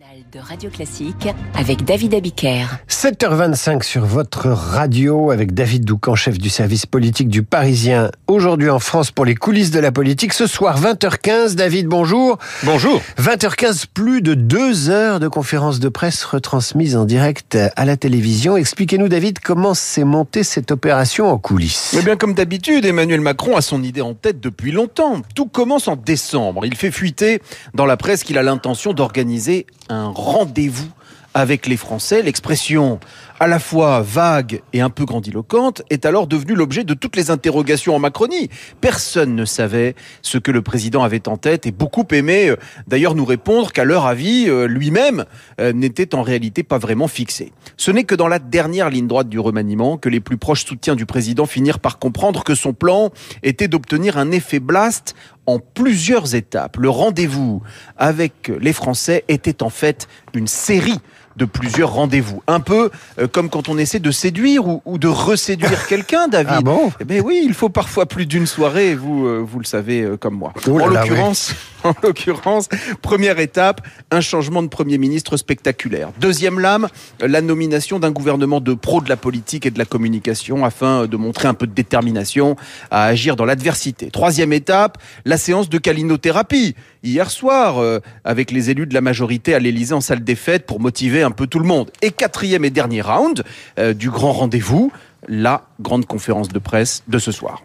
De Radio Classique avec David Abiker. 7h25 sur votre radio avec David Doucan, chef du service politique du Parisien. Aujourd'hui en France pour les coulisses de la politique. Ce soir 20h15. David, bonjour. Bonjour. 20h15, plus de 2 heures de conférences de presse retransmises en direct à la télévision. Expliquez-nous, David, comment s'est montée cette opération en coulisses. Eh bien, comme d'habitude, Emmanuel Macron a son idée en tête depuis longtemps. Tout commence en décembre. Il fait fuiter dans la presse qu'il a l'intention d'organiser un rendez-vous avec les Français. L'expression à la fois vague et un peu grandiloquente est alors devenue l'objet de toutes les interrogations en Macronie. Personne ne savait ce que le président avait en tête et beaucoup aimaient d'ailleurs nous répondre qu'à leur avis, lui-même n'était en réalité pas vraiment fixé. Ce n'est que dans la dernière ligne droite du remaniement que les plus proches soutiens du président finirent par comprendre que son plan était d'obtenir un effet blast en plusieurs étapes. Le rendez-vous avec les Français était en fait une série de plusieurs rendez-vous. Un peu comme quand on essaie de séduire ou de reséduire quelqu'un, David. Ah bon ? Eh bien oui, il faut parfois plus d'une soirée, vous le savez comme moi. En l'occurrence, première étape, un changement de Premier ministre spectaculaire. Deuxième lame, la nomination d'un gouvernement de pros de la politique et de la communication afin de montrer un peu de détermination à agir dans l'adversité. Troisième étape, la séance de calinothérapie. Hier soir, avec les élus de la majorité à l'Élysée en salle des fêtes pour motiver un peu tout le monde. Et quatrième et dernier round du grand rendez-vous, la grande conférence de presse de ce soir.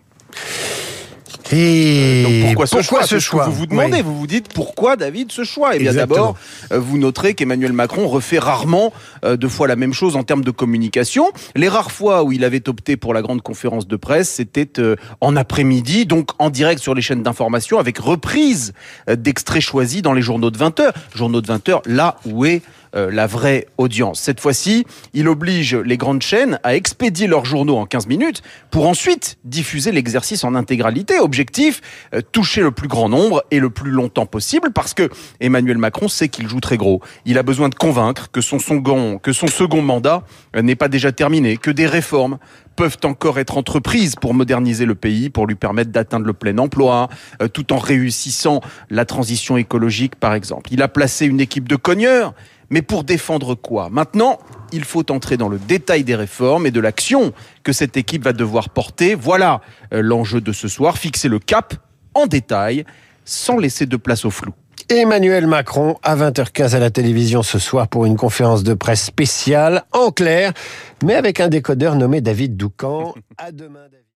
Et donc pourquoi ce choix ce choix Vous vous demandez, oui. Vous vous dites pourquoi David ce choix ? Eh bien Exactement. d'abord, vous noterez qu'Emmanuel Macron refait rarement 2 fois la même chose en termes de communication. Les rares fois où il avait opté pour la grande conférence de presse, c'était en après-midi, donc en direct sur les chaînes d'information, avec reprise d'extraits choisis dans les journaux de 20h. Journaux de 20h, là où est la vraie audience. Cette fois-ci, il oblige les grandes chaînes à expédier leurs journaux en 15 minutes pour ensuite diffuser l'exercice en intégralité. Objectif, toucher le plus grand nombre et le plus longtemps possible parce que Emmanuel Macron sait qu'il joue très gros. Il a besoin de convaincre que son second mandat n'est pas déjà terminé, que des réformes peuvent encore être entreprises pour moderniser le pays, pour lui permettre d'atteindre le plein emploi, tout en réussissant la transition écologique, par exemple. Il a placé une équipe de cogneurs, mais pour défendre quoi ? Maintenant, il faut entrer dans le détail des réformes et de l'action que cette équipe va devoir porter. Voilà l'enjeu de ce soir, fixer le cap en détail, sans laisser de place au flou. Emmanuel Macron à 20h15 à la télévision ce soir pour une conférence de presse spéciale en clair, mais avec un décodeur nommé David Doucan. À demain, David.